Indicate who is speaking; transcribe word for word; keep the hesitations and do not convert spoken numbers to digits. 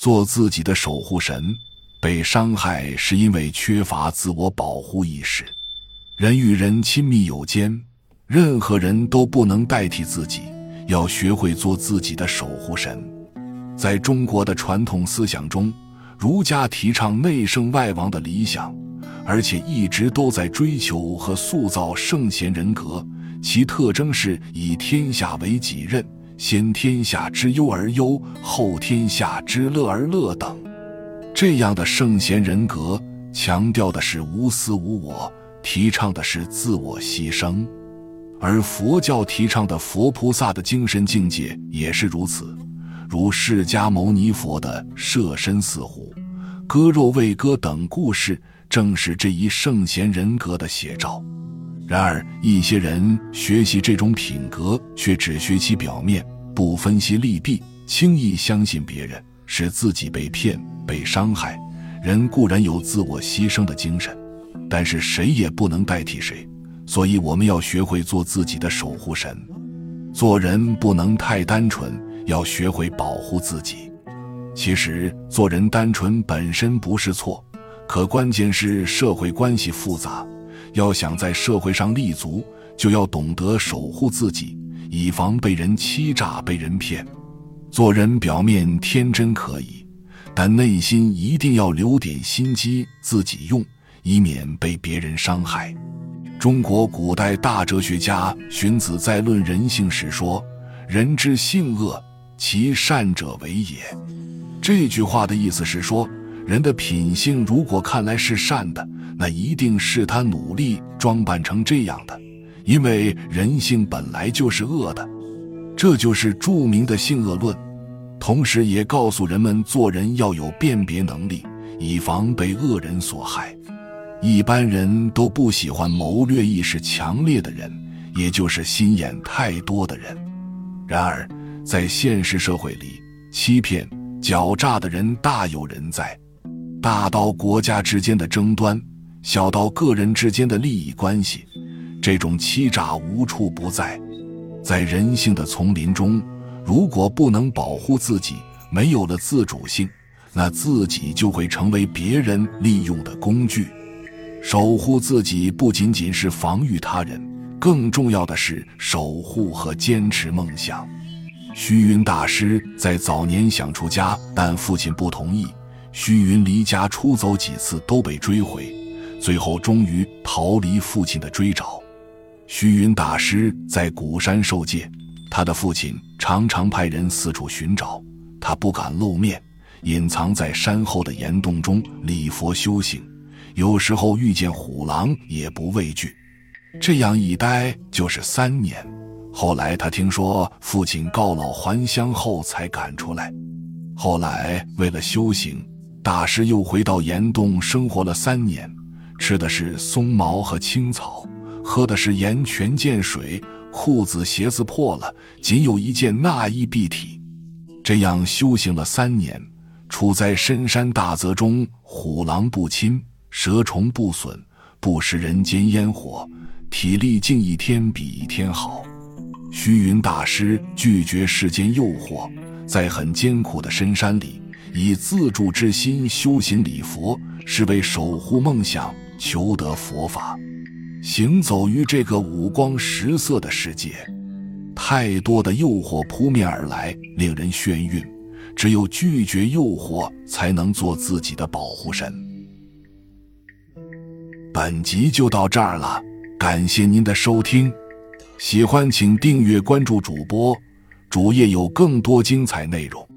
Speaker 1: 做自己的守护神，被伤害是因为缺乏自我保护意识。人与人亲密有间，任何人都不能代替自己，要学会做自己的守护神。在中国的传统思想中，儒家提倡内圣外王的理想，而且一直都在追求和塑造圣贤人格，其特征是以天下为己任，先天下之忧而忧，后天下之乐而乐等。这样的圣贤人格强调的是无私无我，提倡的是自我牺牲。而佛教提倡的佛菩萨的精神境界也是如此，如释迦牟尼佛的舍身饲虎、割肉喂鸽等故事，正是这一圣贤人格的写照。然而一些人学习这种品格，却只学其表面，不分析利弊，轻易相信别人，使自己被骗被伤害。人固然有自我牺牲的精神，但是谁也不能代替谁，所以我们要学会做自己的守护神。做人不能太单纯，要学会保护自己。其实做人单纯本身不是错，可关键是社会关系复杂，要想在社会上立足，就要懂得守护自己，以防被人欺诈被人骗。做人表面天真可以，但内心一定要留点心机自己用，以免被别人伤害。中国古代大哲学家荀子在论人性时说，人之性恶，其善者为也。这句话的意思是说，人的品性如果看来是善的，那一定是他努力装扮成这样的，因为人性本来就是恶的。这就是著名的性恶论，同时也告诉人们做人要有辨别能力，以防被恶人所害。一般人都不喜欢谋略意识强烈的人，也就是心眼太多的人。然而在现实社会里，欺骗狡诈的人大有人在，大到国家之间的争端，小到个人之间的利益关系，这种欺诈无处不在。在人性的丛林中，如果不能保护自己，没有了自主性，那自己就会成为别人利用的工具。守护自己不仅仅是防御他人，更重要的是守护和坚持梦想。虚云大师在早年想出家，但父亲不同意，虚云离家出走几次都被追回，最后终于逃离父亲的追找。虚云大师在鼓山受戒，他的父亲常常派人四处寻找，他不敢露面，隐藏在山后的岩洞中礼佛修行，有时候遇见虎狼也不畏惧。这样一待就是三年，后来他听说父亲告老还乡后才赶出来。后来为了修行，大师又回到岩洞生活了三年，吃的是松毛和青草，喝的是盐泉涧水，裤子鞋子破了，仅有一件纳衣蔽体。这样修行了三年，处在深山大泽中，虎狼不侵，蛇虫不损，不食人间烟火，体力竟一天比一天好。虚云大师拒绝世间诱惑，在很艰苦的深山里，以自助之心修行礼佛，是为守护梦想，求得佛法。行走于这个五光十色的世界，太多的诱惑扑面而来，令人眩晕，只有拒绝诱惑，才能做自己的保护神。本集就到这儿了，感谢您的收听，喜欢请订阅关注主播，主页有更多精彩内容。